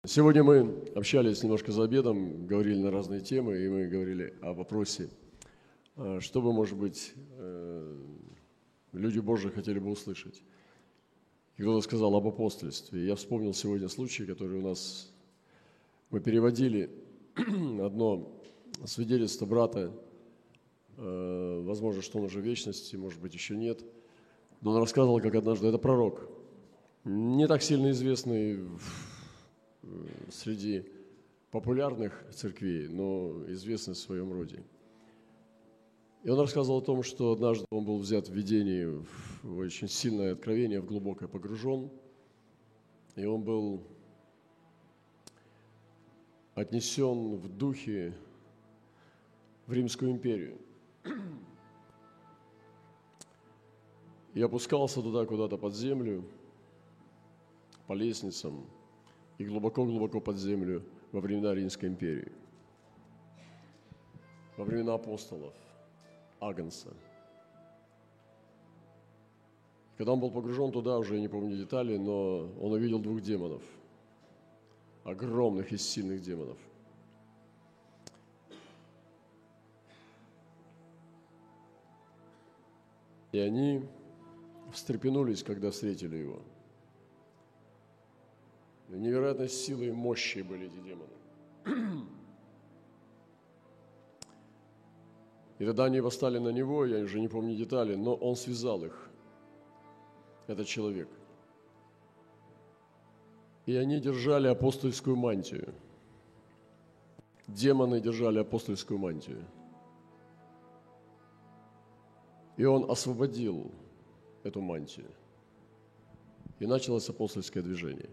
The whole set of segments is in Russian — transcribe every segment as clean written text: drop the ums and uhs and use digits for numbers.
Сегодня мы общались немножко за обедом, говорили на разные темы, и мы говорили о вопросе, что бы, может быть, люди Божьи хотели бы услышать. И кто-то сказал об апостольстве. Я вспомнил сегодня случай, который у нас... Мы переводили одно свидетельство брата, возможно, что он уже в вечности, может быть, еще нет, но он рассказывал, как однажды, это пророк, не так сильно известный среди популярных церквей, но известный в своем роде. И он рассказывал о том, что однажды он был взят в видении, в очень сильное откровение, в глубокое погружен, и он был отнесен в духе в Римскую империю. И опускался туда куда-то под землю, по лестницам, и глубоко-глубоко под землю во времена Римской империи, во времена апостолов, Агнца. Когда он был погружен туда, уже я не помню детали, но он увидел двух демонов, огромных и сильных демонов. И они встрепенулись, когда встретили его. Невероятной силы и мощи были эти демоны. И тогда они восстали на него, я уже не помню детали, но он связал их, этот человек. И они держали апостольскую мантию. Демоны держали апостольскую мантию. И он освободил эту мантию. И началось апостольское движение.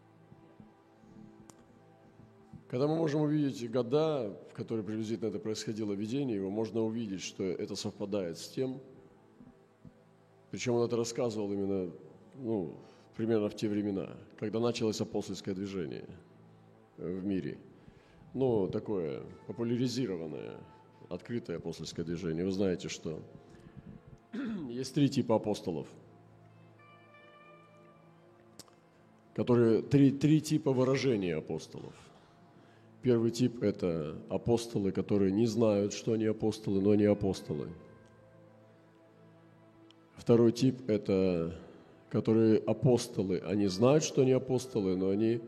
Когда мы можем увидеть года, в которые приблизительно это происходило, видение его, можно увидеть, что это совпадает с тем, причем он это рассказывал именно, примерно в те времена, когда началось апостольское движение в мире. Такое популяризированное, открытое апостольское движение. Вы знаете, что есть три типа апостолов, которые три типа выражения апостолов. Первый тип – это апостолы, которые не знают, что они апостолы, но они апостолы. Второй тип – это которые апостолы, они знают, что они апостолы, но они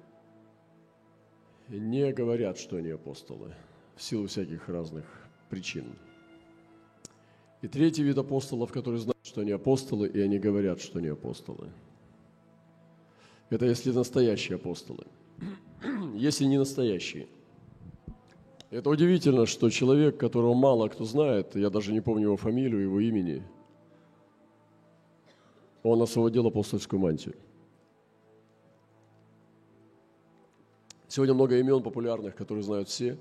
не говорят, что они апостолы, в силу всяких разных причин. И третий вид апостолов, которые знают, что они апостолы, и они говорят, что они апостолы. Это если настоящие апостолы. Если не настоящие. Это удивительно, что человек, которого мало кто знает, я даже не помню его фамилию, его имени, он освободил апостольскую мантию. Сегодня много имен популярных, которые знают все,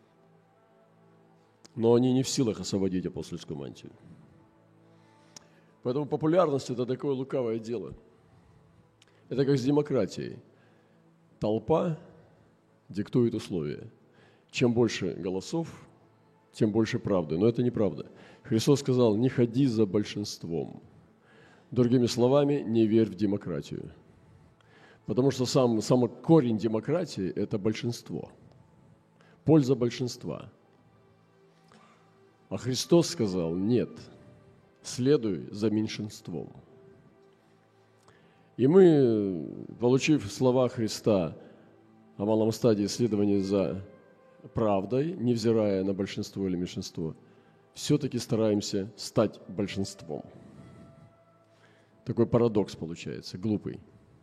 но они не в силах освободить апостольскую мантию. Поэтому популярность – это такое лукавое дело. Это как с демократией. Толпа диктует условия. Чем больше голосов, тем больше правды. Но это неправда. Христос сказал: не ходи за большинством. Другими словами, не верь в демократию. Потому что сам корень демократии – это большинство. Польза большинства. А Христос сказал: нет, следуй за меньшинством. И мы, получив слова Христа о малом стадии исследования за правдой, невзирая на большинство или меньшинство, все-таки стараемся стать большинством. Такой парадокс получается, глупый.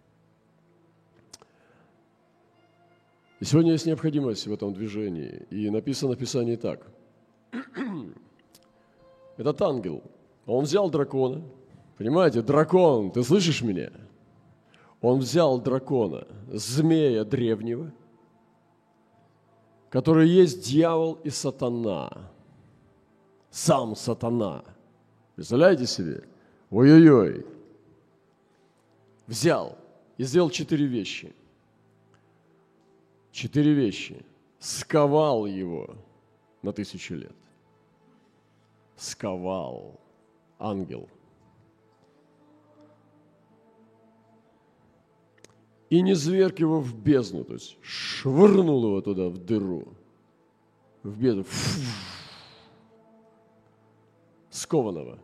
И сегодня есть необходимость в этом движении. И написано в Писании так. Этот ангел, он взял дракона. Понимаете, дракон, ты слышишь меня? Он взял дракона, змея древнего, который есть дьявол и сатана. Сам сатана. Представляете себе? Ой-ой-ой. Взял и сделал 4 вещи. 4 вещи. Сковал его на 1000 лет. Сковал ангел. и низверг его в бездну, то есть швырнул его туда, в дыру, в бездну, скованного,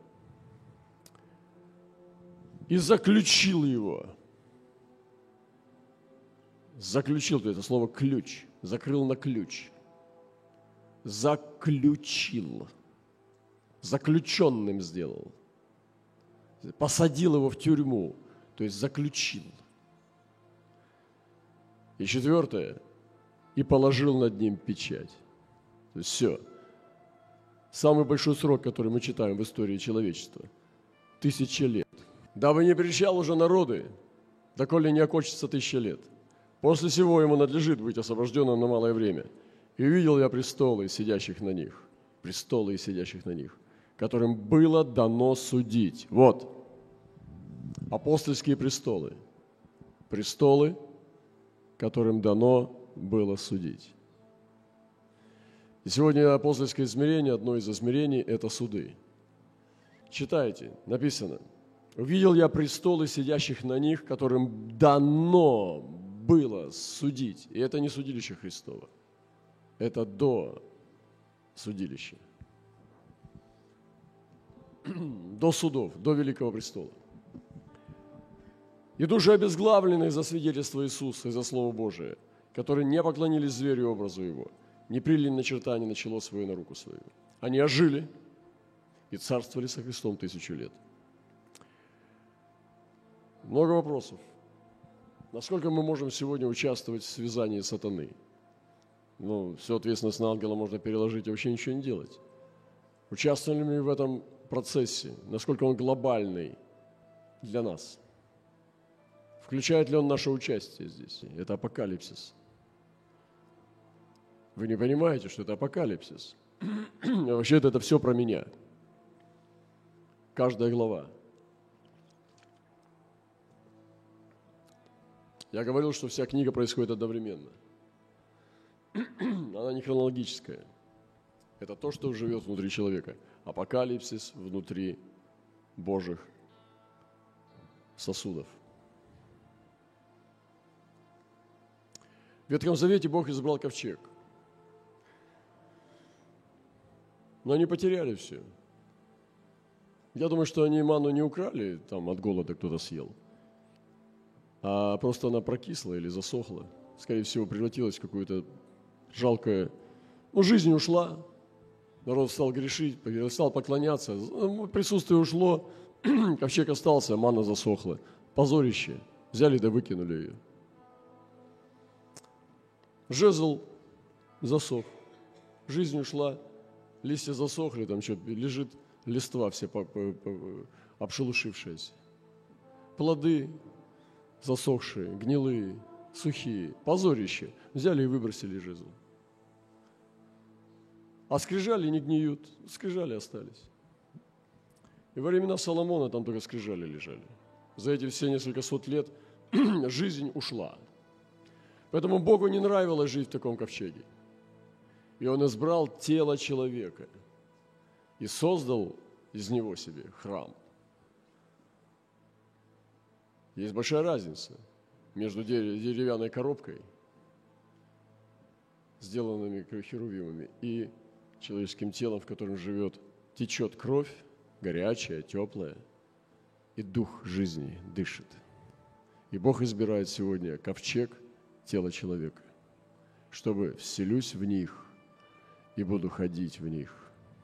и заключил его. Заключил, то это слово ключ, закрыл на ключ. Заключил, заключенным сделал, посадил его в тюрьму, то есть заключил. И четвертое, и положил над ним печать. То есть все. Самый большой срок, который мы читаем в истории человечества – 1000 лет. Дабы не прельщал уже народы, доколе не окончится 1000 лет. После сего ему надлежит быть освобожденным на малое время. И увидел я престолы, сидящих на них, которым было дано судить. Вот, апостольские престолы, которым дано было судить. И сегодня апостольское измерение, одно из измерений – это суды. Читайте, написано: «Увидел я престолы, сидящих на них, которым дано было судить». И это не судилище Христово. Это до судилища, до судов, до Великого престола. И души обезглавленных за свидетельство Иисуса и за Слово Божие, которые не поклонились зверю и образу Его, не приняли начертание на чело свое, на руку свою. Они ожили и царствовали со Христом 1000 лет. Много вопросов. Насколько мы можем сегодня участвовать в связании сатаны? Всю ответственность на ангела можно переложить и вообще ничего не делать. Участвуем ли мы в этом процессе? Насколько он глобальный для нас? Включает ли он наше участие здесь? Это апокалипсис. Вы не понимаете, что это апокалипсис? Вообще-то это все про меня. Каждая глава. Я говорил, что вся книга происходит одновременно. Она не хронологическая. Это то, что живет внутри человека. Апокалипсис внутри Божьих сосудов. В Ветхом Завете Бог избрал ковчег. Но они потеряли все. Я думаю, что они ману не украли, там от голода кто-то съел, а просто она прокисла или засохла. Скорее всего, превратилась в какую-то жалкое, жизнь ушла, народ стал грешить, стал поклоняться, присутствие ушло, ковчег остался, манна засохла. Позорище. Взяли да выкинули ее. Жезл засох, жизнь ушла, листья засохли, там что, лежит листва все обшелушившиеся. Плоды засохшие, гнилые, сухие, позорище. Взяли и выбросили жезл. А скрижали не гниют, скрижали остались. И во времена Соломона там только скрижали лежали. За эти все несколько сот лет жизнь ушла. Поэтому Богу не нравилось жить в таком ковчеге. И Он избрал тело человека и создал из него себе храм. Есть большая разница между деревянной коробкой, сделанными херувимами, и человеческим телом, в котором течет кровь, горячая, теплая, и дух жизни дышит. И Бог избирает сегодня ковчег, тело человека, чтобы вселюсь в них и буду ходить в них.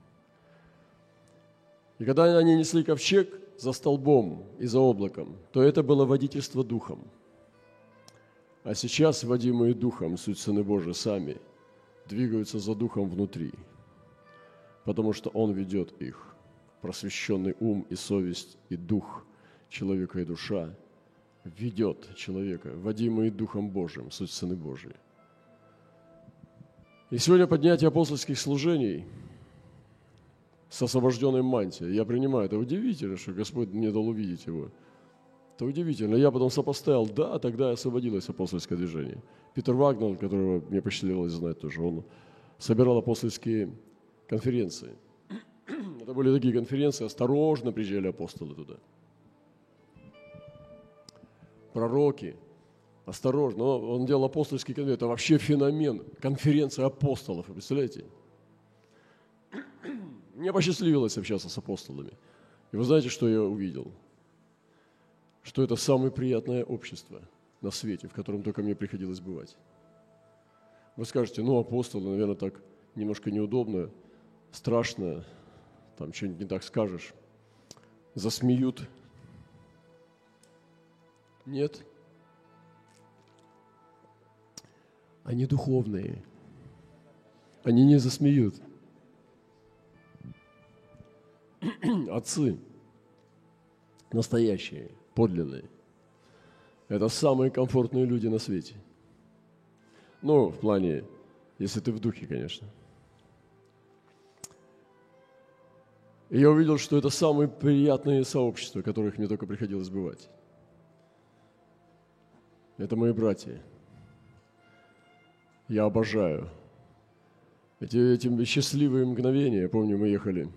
И когда они несли ковчег за столбом и за облаком, то это было водительство духом. А сейчас, водимые духом, суть Сыны Божии сами, двигаются за духом внутри, потому что Он ведет их. Просвещенный ум и совесть, и дух человека, и душа ведет человека, водимые Духом Божиим, суть Сыны Божии. И сегодня поднятие апостольских служений с освобожденной мантией. Я принимаю, это удивительно, что Господь мне дал увидеть его. Это удивительно. Я потом сопоставил, да, тогда освободилось апостольское движение. Питер Вагнер, которого мне посчастливилось знать тоже, он собирал апостольские конференции. Это были такие конференции, осторожно приезжали апостолы туда. Пророки, осторожно. Он делал апостольский конвент. Это вообще феномен. Конференция апостолов. Вы представляете? Мне посчастливилось общаться с апостолами. И вы знаете, что я увидел? Что это самое приятное общество на свете, в котором только мне приходилось бывать. Вы скажете, апостолы, наверное, так немножко неудобно, страшно, там что-нибудь не так скажешь, засмеют. Нет. Они духовные. Они не засмеют. Отцы настоящие, подлинные. Это самые комфортные люди на свете. В плане, если ты в духе, конечно. И я увидел, что это самые приятные сообщества, в которых мне только приходилось бывать. Это мои братья. Я обожаю эти счастливые мгновения. Я помню, мы ехали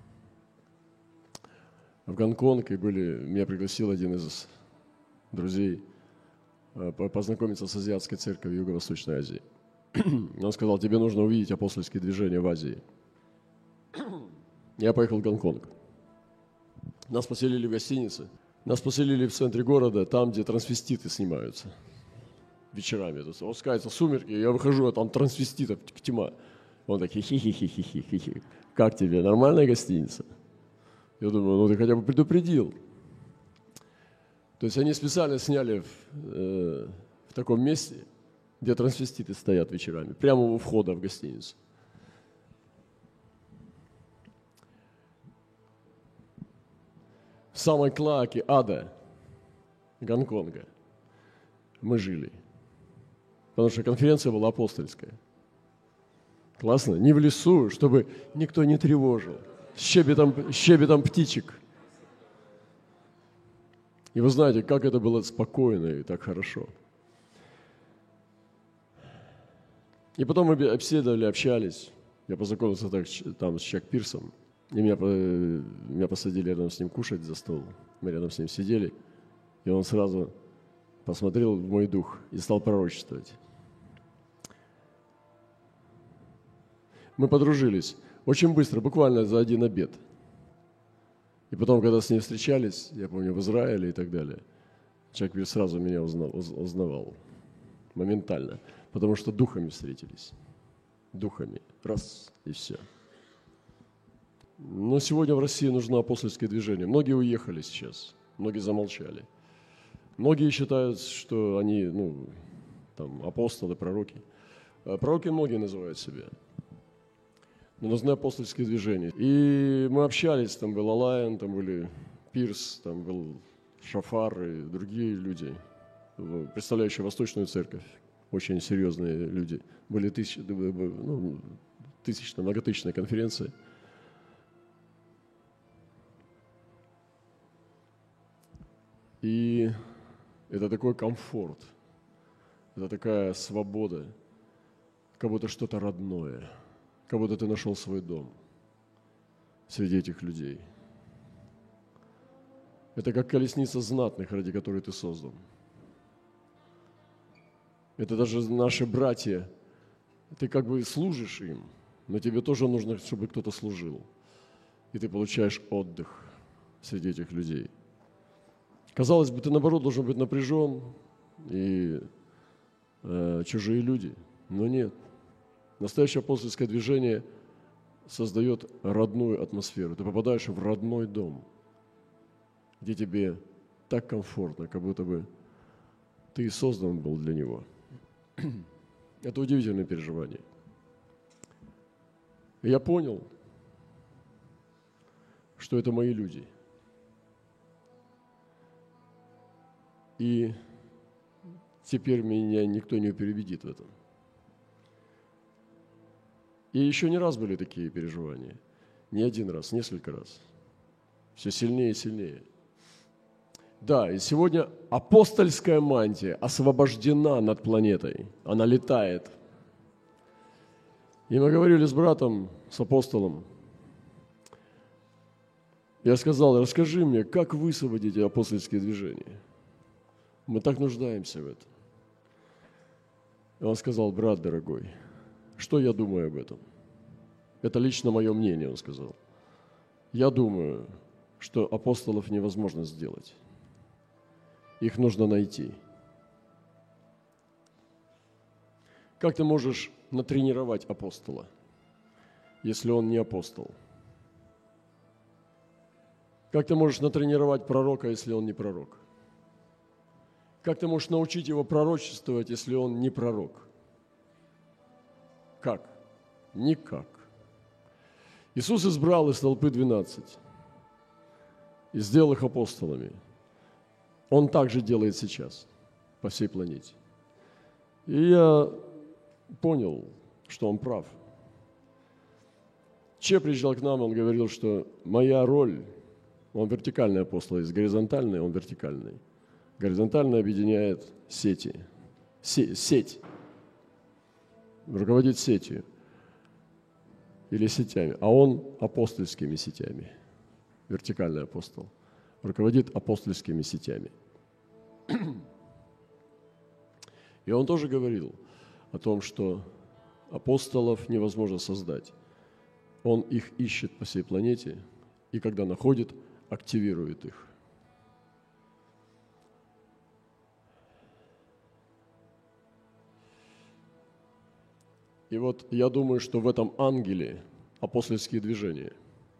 в Гонконг, и меня пригласил один из друзей познакомиться с азиатской церковью Юго-Восточной Азии. Он сказал, тебе нужно увидеть апостольские движения в Азии. Я поехал в Гонконг. Нас поселили в гостинице. Нас поселили в центре города, там, где трансвеститы снимаются вечерами. Вот скажется сумерки, я выхожу, а там трансвеститов тьма. Он такой, хи-хи-хи-хи-хи-хи. Как тебе, нормальная гостиница? Я думаю, ты хотя бы предупредил. То есть они специально сняли в таком месте, где трансвеститы стоят вечерами, прямо у входа в гостиницу. В самой клоаке ада Гонконга мы жили. Потому что конференция была апостольская. Классно? Не в лесу, чтобы никто не тревожил. Щебетом птичек. И вы знаете, как это было спокойно и так хорошо. И потом мы обседовали, общались. Я познакомился там с Чак Пирсом. И меня посадили рядом с ним кушать за стол. Мы рядом с ним сидели. И он сразу посмотрел в мой дух и стал пророчествовать. Мы подружились очень быстро, буквально за один обед. И потом, когда с ним встречались, я помню, в Израиле и так далее, Чак Пирс сразу меня узнавал. Моментально. Потому что духами встретились. Духами. Раз, и все. Но сегодня в России нужно апостольское движение. Многие уехали сейчас, многие замолчали. Многие считают, что они, апостолы, пророки. Пророки многие называют себя. Но нужны апостольские движения. И мы общались, там был Алайн, там были Пирс, там был Шафар и другие люди, представляющие Восточную Церковь. Очень серьезные люди. Были многотысячные конференции. И это такой комфорт, это такая свобода, как будто что-то родное, как будто ты нашел свой дом среди этих людей. Это как колесница знатных, ради которой ты создан. Это даже наши братья, ты как бы служишь им, но тебе тоже нужно, чтобы кто-то служил. И ты получаешь отдых среди этих людей. Казалось бы, ты, наоборот, должен быть напряжен и чужие люди. Но нет. Настоящее апостольское движение создает родную атмосферу. Ты попадаешь в родной дом, где тебе так комфортно, как будто бы ты и создан был для него. Это удивительное переживание. И я понял, что это мои люди. И теперь меня никто не переубедит в этом. И еще не раз были такие переживания. Не один раз, несколько раз. Все сильнее и сильнее. Да, и сегодня апостольская мантия освобождена над планетой. Она летает. И мы говорили с братом, с апостолом. Я сказал, расскажи мне, как высвободить апостольские движения. Мы так нуждаемся в этом. И он сказал: брат дорогой, что я думаю об этом? Это лично мое мнение, он сказал. Я думаю, что апостолов невозможно сделать. Их нужно найти. Как ты можешь натренировать апостола, если он не апостол? Как ты можешь натренировать пророка, если он не пророк? Как ты можешь научить его пророчествовать, если он не пророк? Как? Никак. Иисус избрал из толпы 12 и сделал их апостолами. Он также делает сейчас по всей планете. И я понял, что он прав. Че приезжал к нам, он говорил, что моя роль, он вертикальный апостол, есть горизонтальный, он вертикальный. Горизонтальный объединяет сети. Сеть. Руководит сетью или сетями, а он апостольскими сетями. Вертикальный апостол. Руководит апостольскими сетями. И он тоже говорил о том, что апостолов невозможно создать. Он их ищет по всей планете, и когда находит, активирует их. И вот я думаю, что в этом ангеле апостольские движения.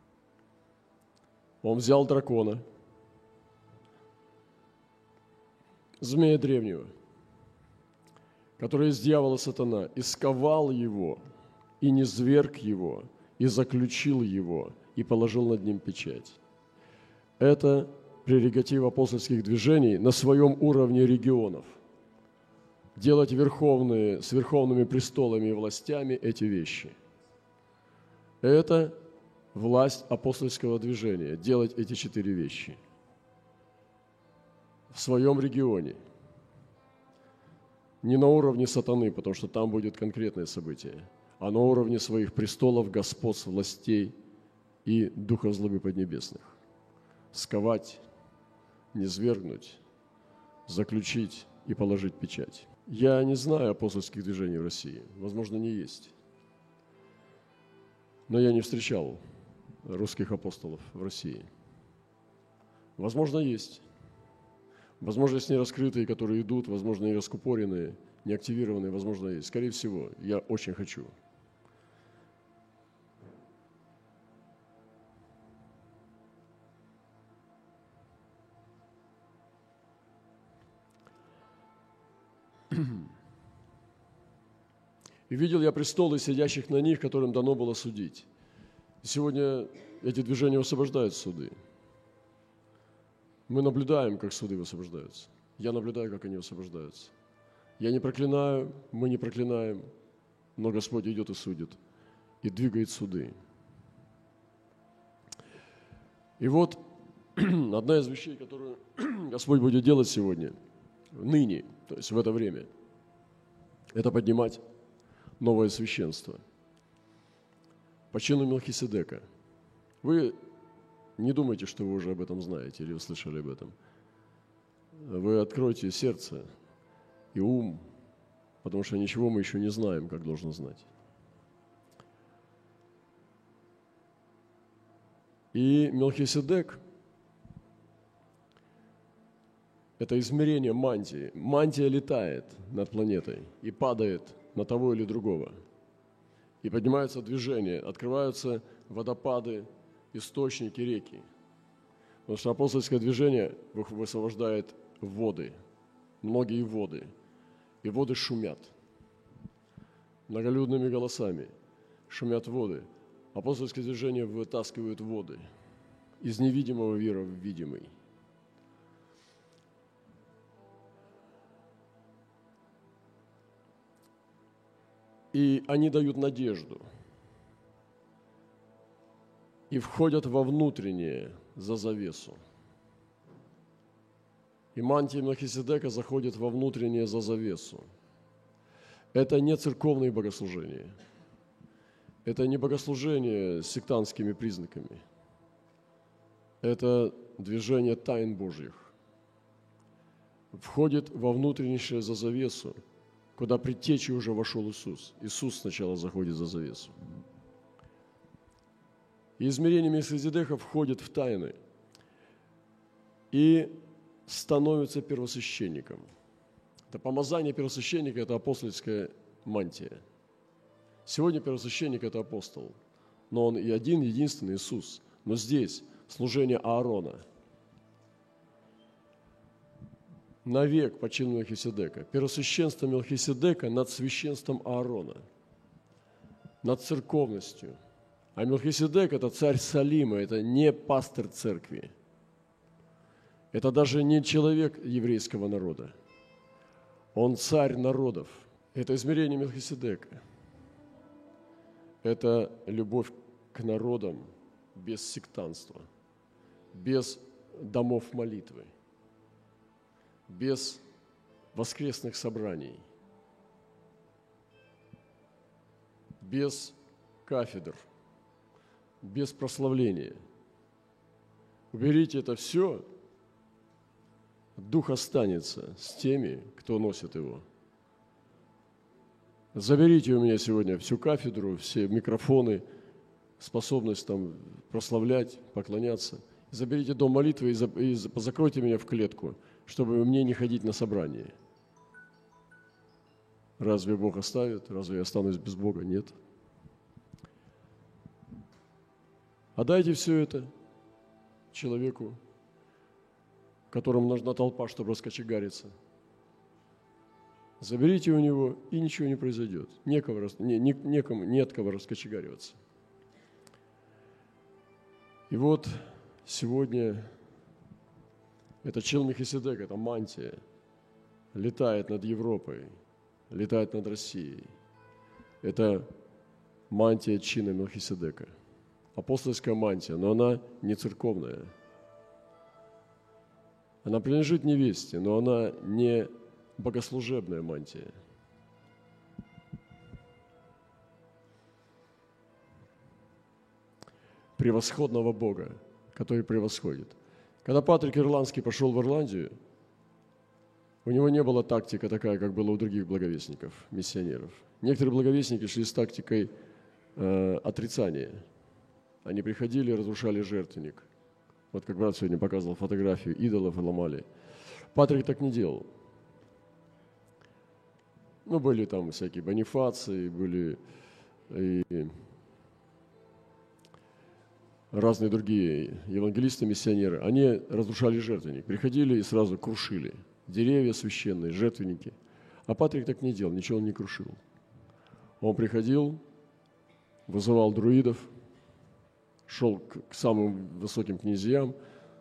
Он взял дракона, змея древнего, который из дьявола сатана, и сковал его, и низверг его, и заключил его, и положил над ним печать. Это прерогатива апостольских движений на своем уровне регионов. Делать с верховными престолами и властями эти вещи. Это власть апостольского движения, делать эти 4 вещи в своем регионе. Не на уровне сатаны, потому что там будет конкретное событие, а на уровне своих престолов, господств, властей и духов злобы поднебесных. Сковать, низвергнуть, заключить и положить печать. Я не знаю апостольских движений в России. Возможно, не есть. Но я не встречал русских апостолов в России. Возможно, есть. Возможно, есть нераскрытые, которые идут, возможно, и раскупоренные, неактивированные, возможно, есть. Скорее всего, я очень хочу. И видел я престолы, сидящих на них, которым дано было судить. И сегодня эти движения высвобождают суды. Мы наблюдаем, как суды высвобождаются. Я наблюдаю, как они высвобождаются. Я не проклинаю, мы не проклинаем, но Господь идет и судит, и двигает суды. И вот одна из вещей, которую Господь будет делать сегодня, ныне, то есть в это время, это поднимать новое священство по чину Мелхиседека. Вы не думайте, что вы уже об этом знаете или вы слышали об этом. Вы откройте сердце и ум, потому что ничего мы еще не знаем, как должно знать. И Мелхиседек – это измерение мантии. Мантия летает над планетой и падает на того или другого. И поднимаются движения, открываются водопады, источники, реки. Потому что апостольское движение высвобождает воды, многие воды. И воды шумят. Многолюдными голосами шумят воды. Апостольское движение вытаскивает воды из невидимого мира в видимый. И они дают надежду. И входят во внутреннее, за завесу. И мантия Мелхиседека заходит во внутреннее, за завесу. Это не церковные богослужения. Это не богослужение с сектантскими признаками. Это движение тайн Божьих. Входит во внутреннее, за завесу, куда предтечей уже вошел Иисус. Иисус сначала заходит за завесу. И измерение Мелхиседека входит в тайны и становится первосвященником. Это помазание первосвященника – это апостольская мантия. Сегодня первосвященник – это апостол, но он и один, единственный Иисус. Но здесь служение Аарона навек по чину Мелхиседека. Первосвященство Мелхиседека над священством Аарона, над церковностью. А Мелхиседек – это царь Салима, это не пастырь церкви. Это даже не человек еврейского народа. Он царь народов. Это измерение Мелхиседека. Это любовь к народам без сектантства, без домов молитвы, без воскресных собраний, без кафедр, без прославления. Уберите это все, дух останется с теми, кто носит его. Заберите у меня сегодня всю кафедру, все микрофоны, способность там прославлять, поклоняться. Заберите дом молитвы и закройте меня в клетку, чтобы мне не ходить на собрание. Разве Бог оставит? Разве я останусь без Бога? Нет. Отдайте все это человеку, которому нужна толпа, чтобы раскочегариться. Заберите у него, и ничего не произойдет. Не от кого раскочегариваться. И вот сегодня это чел Мелхиседек, это мантия, летает над Европой, летает над Россией. Это мантия чина Мелхиседека. Апостольская мантия, но она не церковная. Она принадлежит невесте, но она не богослужебная мантия. Превосходного Бога, который превосходит. Когда Патрик Ирландский пошел в Ирландию, у него не была тактика такая, как была у других благовестников, миссионеров. Некоторые благовестники шли с тактикой отрицания. Они приходили и разрушали жертвенник. Вот как брат сегодня показывал фотографию идолов и ломали. Патрик так не делал. Ну, были там всякие бонифации, были и разные другие евангелисты, миссионеры. Они разрушали жертвенник, приходили и сразу крушили деревья священные, жертвенники. А Патрик так не делал, ничего он не крушил. Он приходил, вызывал друидов, шел к самым высоким князьям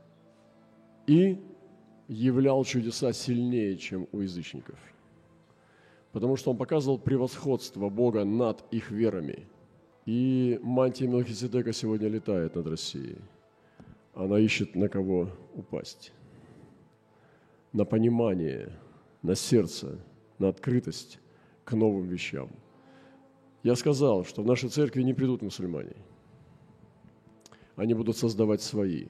и являл чудеса сильнее, чем у язычников. Потому что он показывал превосходство Бога над их верами. И мантия Мелхиседека сегодня летает над Россией. Она ищет на кого упасть. На понимание, на сердце, на открытость к новым вещам. Я сказал, что в нашей церкви не придут мусульмане. Они будут создавать свои.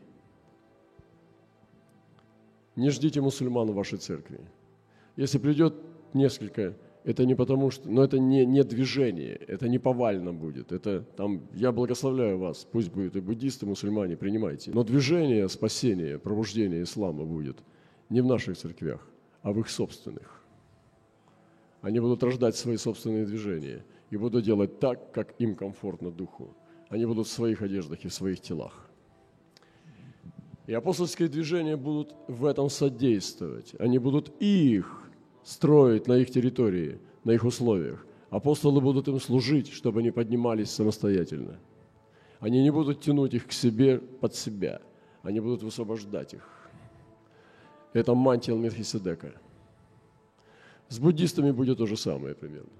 Не ждите мусульман в вашей церкви. Если придет несколько, это не потому что, но это не движение, это не повально будет. Это там, я благословляю вас, пусть будут и буддисты, и мусульмане, принимайте. Но движение спасения, пробуждения ислама будет не в наших церквях, а в их собственных. Они будут рождать свои собственные движения и будут делать так, как им комфортно духу. Они будут в своих одеждах и в своих телах. И апостольские движения будут в этом содействовать. Они будут их строить на их территории, на их условиях. Апостолы будут им служить, чтобы они поднимались самостоятельно. Они не будут тянуть их к себе под себя. Они будут высвобождать их. Это мантия Мелхиседека. С буддистами будет то же самое примерно.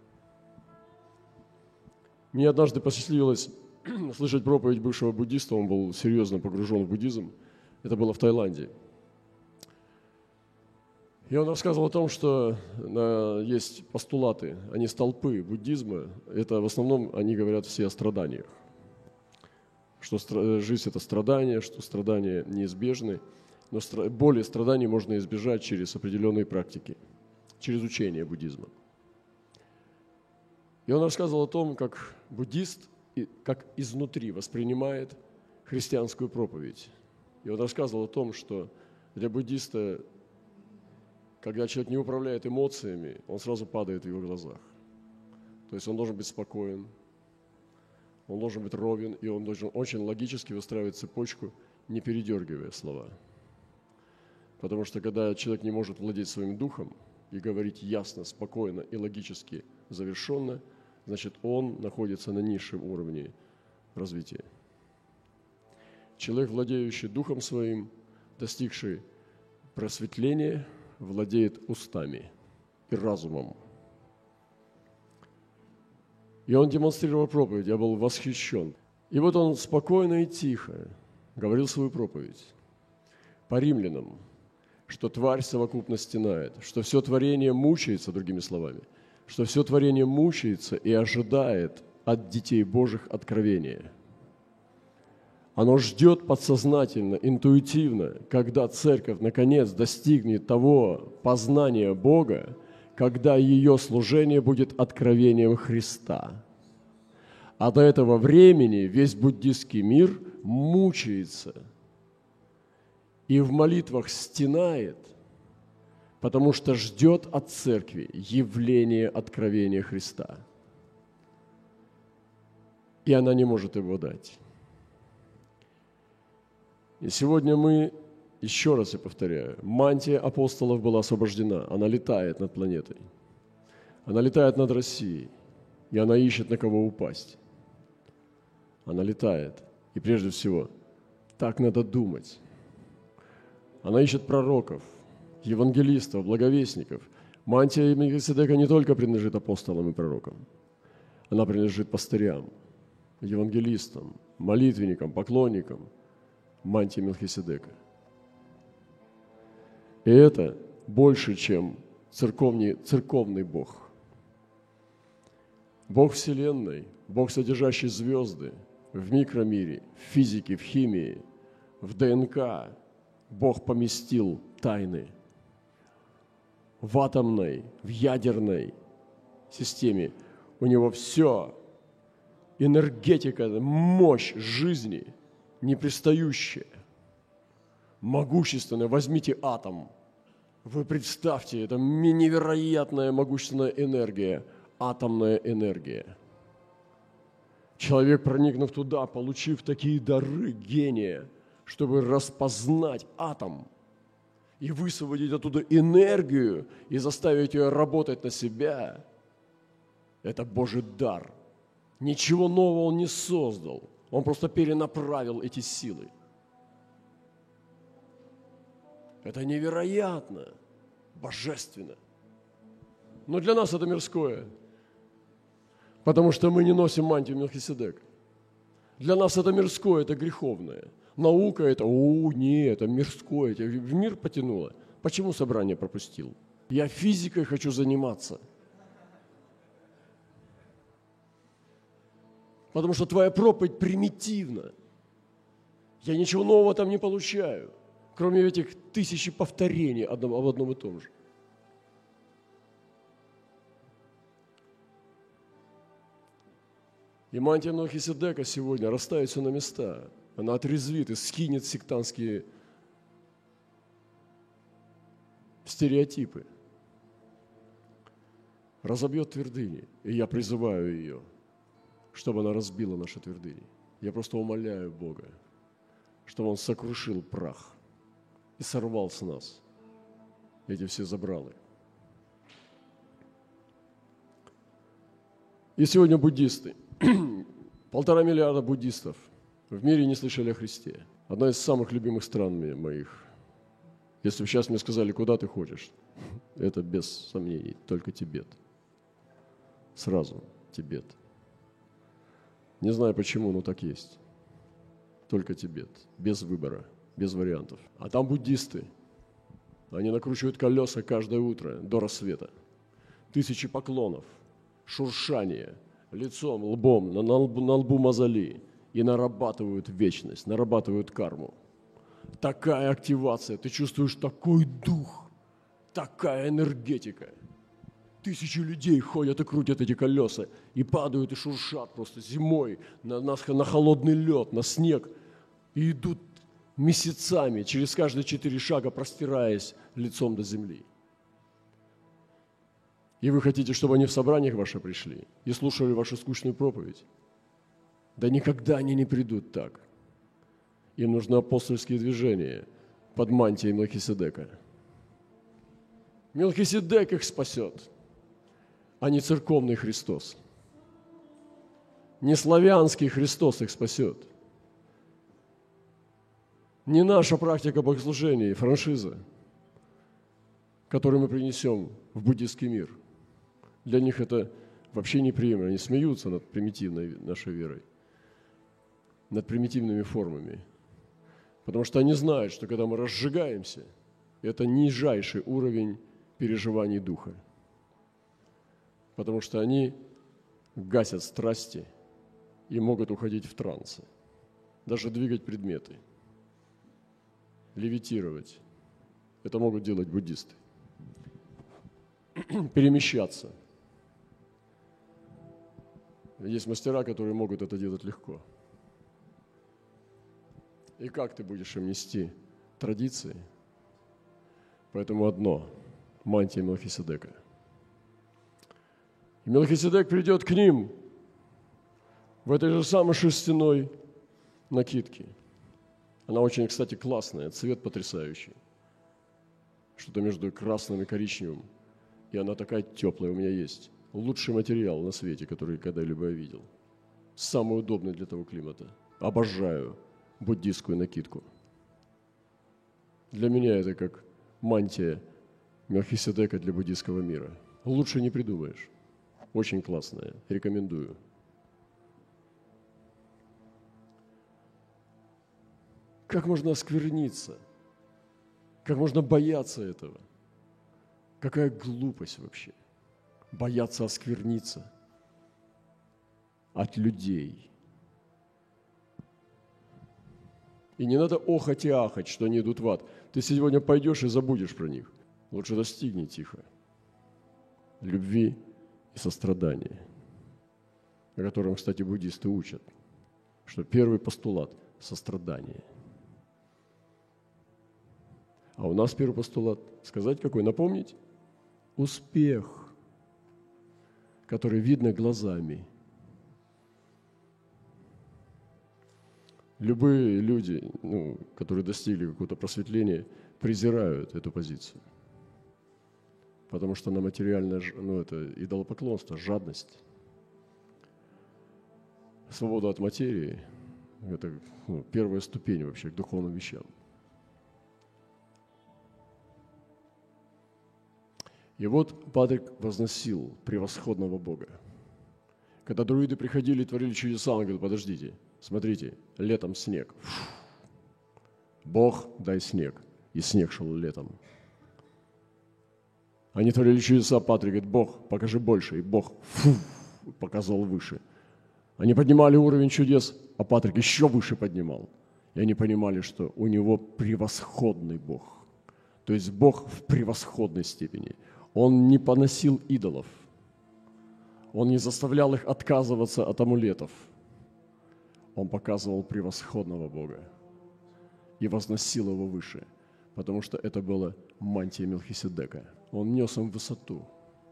Мне однажды посчастливилось слышать проповедь бывшего буддиста, он был серьезно погружен в буддизм. Это было в Таиланде. И он рассказывал о том, что есть постулаты, они столпы буддизма. Это в основном, они говорят все о страданиях. Что жизнь – это страдание, что страдания неизбежны. Но боли и страданий можно избежать через определенные практики, через учение буддизма. И он рассказывал о том, как буддист, как изнутри воспринимает христианскую проповедь. И он рассказывал о том, что для буддиста, когда человек не управляет эмоциями, он сразу падает в его глазах. То есть он должен быть спокоен, он должен быть ровен, и он должен очень логически выстраивать цепочку, не передергивая слова. Потому что когда человек не может владеть своим духом и говорить ясно, спокойно и логически завершенно, значит, он находится на низшем уровне развития. Человек, владеющий духом своим, достигший просветления, владеет устами и разумом. И он демонстрировал проповедь, я был восхищен. И вот он спокойно и тихо говорил свою проповедь по римлянам, что тварь совокупно стенает, что все творение мучается, другими словами, что все творение мучается и ожидает от детей Божьих откровения. Оно ждет подсознательно, интуитивно, когда церковь наконец достигнет того познания Бога, когда ее служение будет откровением Христа. А до этого времени весь буддистский мир мучается и в молитвах стенает, потому что ждет от церкви явление откровения Христа. И она не может его дать. И сегодня мы, еще раз я повторяю, мантия апостолов была освобождена. Она летает над планетой. Она летает над Россией. И она ищет, на кого упасть. Она летает. И прежде всего, так надо думать. Она ищет пророков, евангелистов, благовестников. Мантия Мелхиседека не только принадлежит апостолам и пророкам. Она принадлежит пастырям, евангелистам, молитвенникам, поклонникам. Мантия Мелхиседека. И это больше, чем церковный Бог. Бог Вселенной, Бог, содержащий звезды в микромире, в физике, в химии, в ДНК. Бог поместил тайны в атомной, в ядерной системе. У него все, энергетика, мощь жизни – непристающее, могущественное. Возьмите атом. Вы представьте, это невероятная могущественная энергия, атомная энергия. Человек, проникнув туда, получив такие дары гения, чтобы распознать атом и высвободить оттуда энергию и заставить ее работать на себя, это Божий дар. Ничего нового он не создал. Он просто перенаправил эти силы. Это невероятно, божественно. Но для нас это мирское, потому что мы не носим мантию Мелхиседека. Для нас это мирское, это греховное. Наука это, это мирское, это в мир потянуло. Почему собрание пропустил? Я физикой хочу заниматься. Потому что твоя проповедь примитивна. Я ничего нового там не получаю, кроме этих тысячи повторений об одном и том же. И мантия Мелхиседека сегодня расставит все на места. Она отрезвит и скинет сектантские стереотипы. Разобьет твердыни. И я призываю ее, чтобы она разбила наши твердыни. Я просто умоляю Бога, чтобы Он сокрушил прах и сорвал с нас эти все забралы. И сегодня буддисты. 1,5 миллиарда буддистов в мире не слышали о Христе. Одна из самых любимых стран моих. Если бы сейчас мне сказали, куда ты хочешь, это без сомнений, только Тибет. Сразу Тибет. Не знаю почему, но так есть. Только Тибет. Без выбора, без вариантов. А там буддисты. Они накручивают колеса каждое утро до рассвета. 1000 поклонов, шуршание, лицом, лбом, на лбу мозоли. И нарабатывают вечность, нарабатывают карму. Такая активация, ты чувствуешь такой дух, такая энергетика. Тысячи людей ходят и крутят эти колеса, и падают, и шуршат просто зимой на холодный лед, на снег, и идут месяцами, через каждые 4 шага простираясь лицом до земли. И вы хотите, чтобы они в собраниях ваши пришли и слушали вашу скучную проповедь? Да никогда они не придут так. Им нужны апостольские движения под мантией Мелхиседека. Мелхиседек их спасет, а не церковный Христос. Не славянский Христос их спасет. Не наша практика богослужения и франшиза, которую мы принесем в буддийский мир. Для них это вообще неприемлемо. Они смеются над примитивной нашей верой, над примитивными формами. Потому что они знают, что когда мы разжигаемся, это нижайший уровень переживаний духа. Потому что они гасят страсти и могут уходить в трансы, даже двигать предметы, левитировать. Это могут делать буддисты. Перемещаться. Есть мастера, которые могут это делать легко. И как ты будешь им нести традиции? Поэтому одно – мантия Мелхиседека. И Мелхиседек придет к ним в этой же самой шерстяной накидке. Она очень, кстати, классная, цвет потрясающий. Что-то между красным и коричневым. И она такая теплая у меня есть. Лучший материал на свете, который когда-либо я видел. Самый удобный для того климата. Обожаю буддистскую накидку. Для меня это как мантия Мелхиседека для буддистского мира. Лучше не придумаешь. Очень классная. Рекомендую. Как можно оскверниться? Как можно бояться этого? Какая глупость вообще. Бояться оскверниться от людей. И не надо охать и ахать, что они идут в ад. Ты сегодня пойдешь и забудешь про них. Лучше достигни тихо любви и сострадания, о котором, кстати, буддисты учат, что первый постулат – сострадание. А у нас первый постулат, сказать какой, напомнить? Успех, который видно глазами. Любые люди, которые достигли какого-то просветления, презирают эту позицию. Потому что она материальная, это идолопоклонство, жадность. Свобода от материи – это первая ступень вообще к духовным вещам. И вот Патрик возносил превосходного Бога. Когда друиды приходили и творили чудеса, он говорит: подождите, смотрите, летом снег. Бог, дай снег. И снег шел летом. Они творили чудеса, Патрик говорит: Бог, покажи больше. И Бог показал выше. Они поднимали уровень чудес, а Патрик еще выше поднимал. И они понимали, что у него превосходный Бог. То есть Бог в превосходной степени. Он не поносил идолов. Он не заставлял их отказываться от амулетов. Он показывал превосходного Бога и возносил его выше, потому что это была мантия Мелхиседека. Он нес им высоту,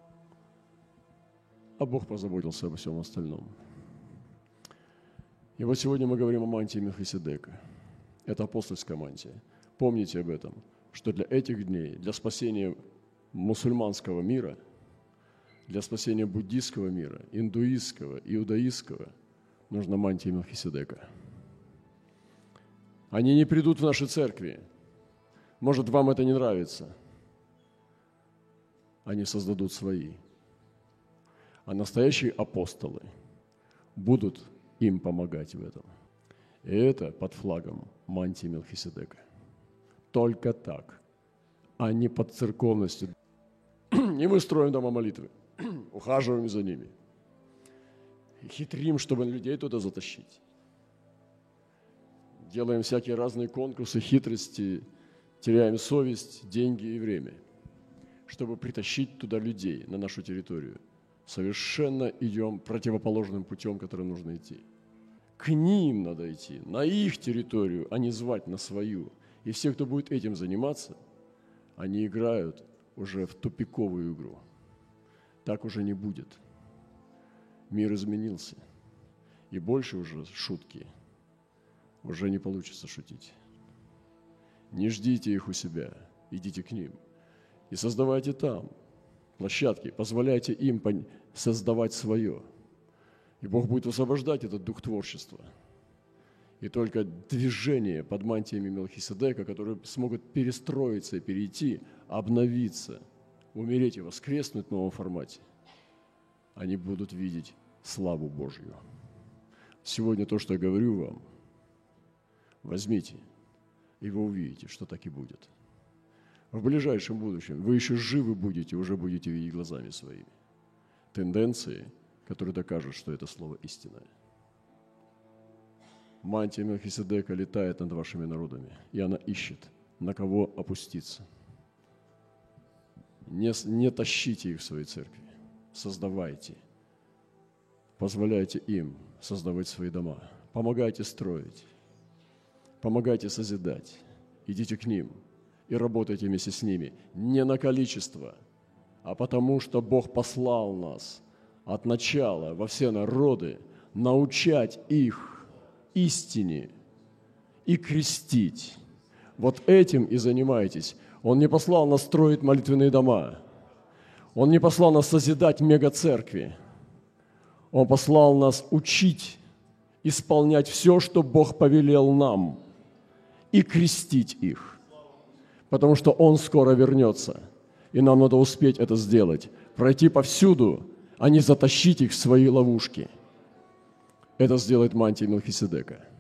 а Бог позаботился обо всем остальном. И вот сегодня мы говорим о мантии Мелхиседека. Это апостольская мантия. Помните об этом, что для этих дней, для спасения мусульманского мира, для спасения буддийского мира, индуистского, иудаистского, нужна мантия Мелхиседека. Они не придут в наши церкви. Может, вам это не нравится. Они создадут свои. А настоящие апостолы будут им помогать в этом. И это под флагом мантии Мелхиседека. Только так, а не под церковностью. И мы строим дома молитвы, ухаживаем за ними. Хитрим, чтобы людей туда затащить. Делаем всякие разные конкурсы, хитрости, теряем совесть, деньги и время. чтобы притащить туда людей, на нашу территорию. Совершенно идем противоположным путем, которым нужно идти. К ним надо идти, на их территорию, а не звать на свою. И все, кто будет этим заниматься, они играют уже в тупиковую игру. Так уже не будет. Мир изменился. И больше уже шутки уже не получится шутить. Не ждите их у себя, идите к ним. И создавайте там площадки, позволяйте им создавать свое. И Бог будет освобождать этот дух творчества. И только движение под мантиями Мелхиседека, которые смогут перестроиться и перейти, обновиться, умереть и воскреснуть в новом формате, они будут видеть славу Божью. Сегодня то, что я говорю вам, возьмите, и вы увидите, что так и будет. В ближайшем будущем вы еще живы будете, уже будете видеть глазами своими тенденции, которые докажут, что это слово истинное. Мантия Мелхиседека летает над вашими народами, и она ищет, на кого опуститься. Не тащите их в своей церкви, создавайте. Позволяйте им создавать свои дома. Помогайте строить, помогайте созидать. Идите к ним и работайте вместе с ними. Не на количество, а потому что Бог послал нас от начала во все народы научать их истине и крестить. Вот этим и занимайтесь. Он не послал нас строить молитвенные дома. Он не послал нас созидать мегацеркви. Он послал нас учить, исполнять все, что Бог повелел нам, и крестить их. Потому что Он скоро вернется, и нам надо успеть это сделать. Пройти повсюду, а не затащить их в свои ловушки. Это сделает мантия Мелхиседека.